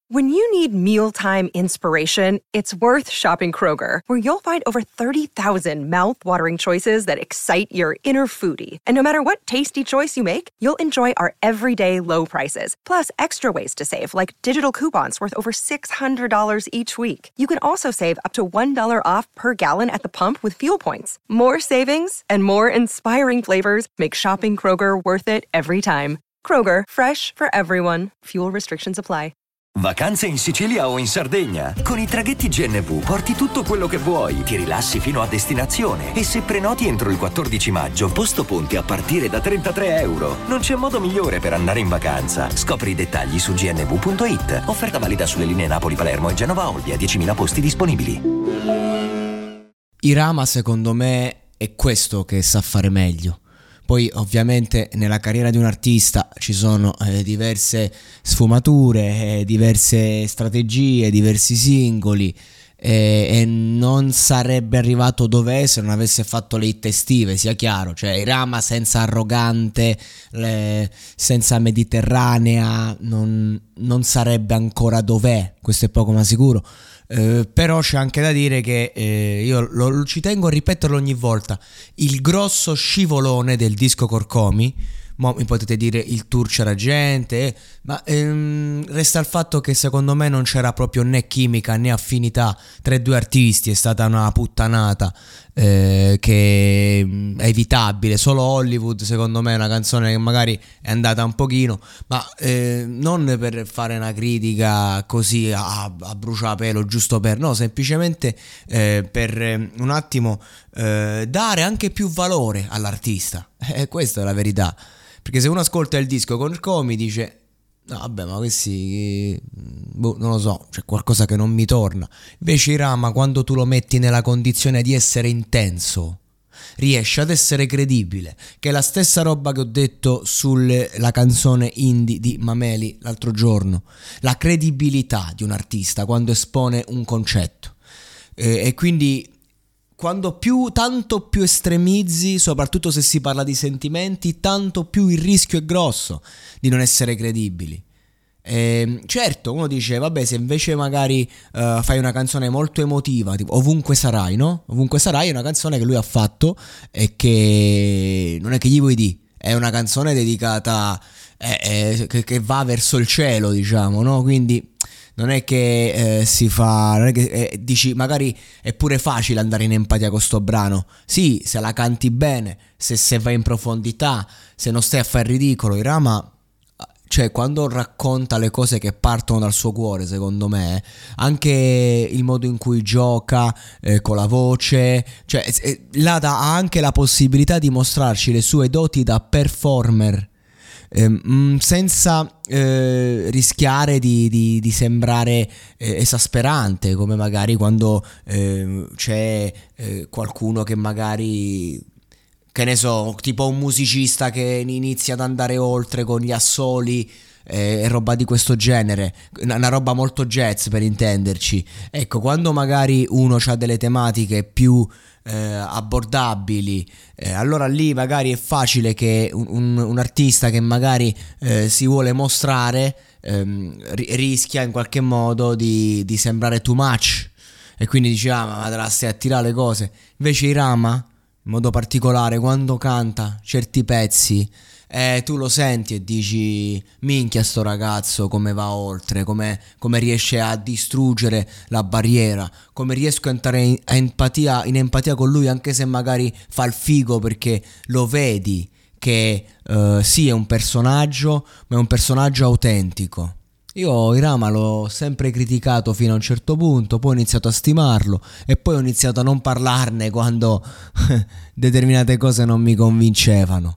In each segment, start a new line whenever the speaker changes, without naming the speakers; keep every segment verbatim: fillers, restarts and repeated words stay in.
When you need mealtime inspiration, it's worth shopping Kroger, where you'll find over thirty thousand mouth-watering choices that excite your inner foodie. And no matter what tasty choice you make, you'll enjoy our everyday low prices, plus extra ways to save, like digital coupons worth over six hundred dollars each week. You can also save up to one dollar off per gallon at the pump with fuel points. More savings and more inspiring flavors make shopping Kroger worth it every time. Kroger, fresh for everyone. Fuel restrictions apply.
Vacanze in Sicilia o in Sardegna? Con i traghetti G N V porti tutto quello che vuoi, ti rilassi fino a destinazione e se prenoti entro il quattordici maggio, posto ponti a partire da trentatré euro. Non c'è modo migliore per andare in vacanza. Scopri i dettagli su g n v punto i t. Offerta valida sulle linee Napoli-Palermo e Genova-Olbia, diecimila posti disponibili.
Irama, secondo me, è questo che sa fare meglio. Poi ovviamente nella carriera di un artista ci sono eh, diverse sfumature, eh, diverse strategie, diversi singoli eh, e non sarebbe arrivato dove è se non avesse fatto le hit estive, sia chiaro. Cioè Irama senza Arrogante, le, senza Mediterranea non, non sarebbe ancora dov'è, questo è poco ma sicuro. Uh, però c'è anche da dire che eh, io lo, lo, ci tengo a ripeterlo ogni volta, il grosso scivolone del disco Corcomi, mo mi potete dire il tour c'era gente, eh, ma ehm, resta il fatto che secondo me non c'era proprio né chimica né affinità tra i due artisti, è stata una puttanata eh, che è evitabile. Solo Hollywood secondo me è una canzone che magari è andata un pochino, ma eh, non per fare una critica così a, a bruciapelo giusto per, no, semplicemente eh, per eh, un attimo eh, dare anche più valore all'artista, e eh, questa è la verità. Perché se uno ascolta il disco con Corcomi dice no vabbè, ma questi boh, non lo so, c'è qualcosa che non mi torna. Invece Irama, quando tu lo metti nella condizione di essere intenso, riesce ad essere credibile, che è la stessa roba che ho detto sulla canzone indie di Mameli l'altro giorno, la credibilità di un artista quando espone un concetto e, e quindi quando più, tanto più estremizzi, soprattutto se si parla di sentimenti, tanto più il rischio è grosso di non essere credibili. E, certo, uno dice, vabbè, se invece magari uh, fai una canzone molto emotiva, tipo Ovunque Sarai, no? Ovunque Sarai è una canzone che lui ha fatto e che non è che gli vuoi dire, è una canzone dedicata, eh, eh, che, che va verso il cielo, diciamo, no? Quindi non è che eh, si fa, non è che eh, dici magari è pure facile andare in empatia con sto brano. Sì, se la canti bene, se, se vai in profondità, se non stai a fare il ridicolo. Irama, cioè quando racconta le cose che partono dal suo cuore, secondo me, anche il modo in cui gioca eh, con la voce, cioè eh, là ha anche la possibilità di mostrarci le sue doti da performer, eh, senza eh, rischiare di, di, di sembrare eh, esasperante, come magari quando eh, c'è eh, qualcuno che magari, che ne so, tipo un musicista che inizia ad andare oltre con gli assoli e eh, roba di questo genere, una, una roba molto jazz per intenderci. Ecco, quando magari uno ha delle tematiche più eh, abbordabili, eh, allora lì magari è facile che un, un, un artista che magari eh, si vuole mostrare ehm, rischia in qualche modo di, di sembrare too much, e quindi dici ah ma te la stai a tirare le cose. Invece Irama, in modo particolare, quando canta certi pezzi, eh, tu lo senti e dici minchia sto ragazzo come va oltre, come, come riesce a distruggere la barriera, come riesco a entrare in, a empatia, in empatia con lui anche se magari fa il figo, perché lo vedi che uh, sì è un personaggio, ma è un personaggio autentico. Io Irama l'ho sempre criticato fino a un certo punto, poi ho iniziato a stimarlo e poi ho iniziato a non parlarne quando determinate cose non mi convincevano.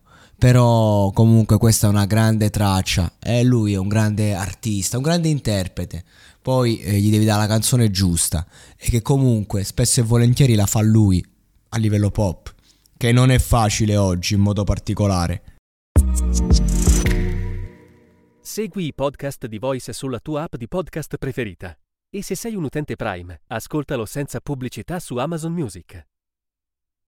Però comunque questa è una grande traccia e lui è un grande artista, un grande interprete. Poi eh, gli devi dare la canzone giusta, e che comunque spesso e volentieri la fa lui a livello pop, che non è facile oggi in modo particolare.
Segui i podcast di Voice sulla tua app di podcast preferita. E se sei un utente Prime, ascoltalo senza pubblicità su Amazon Music.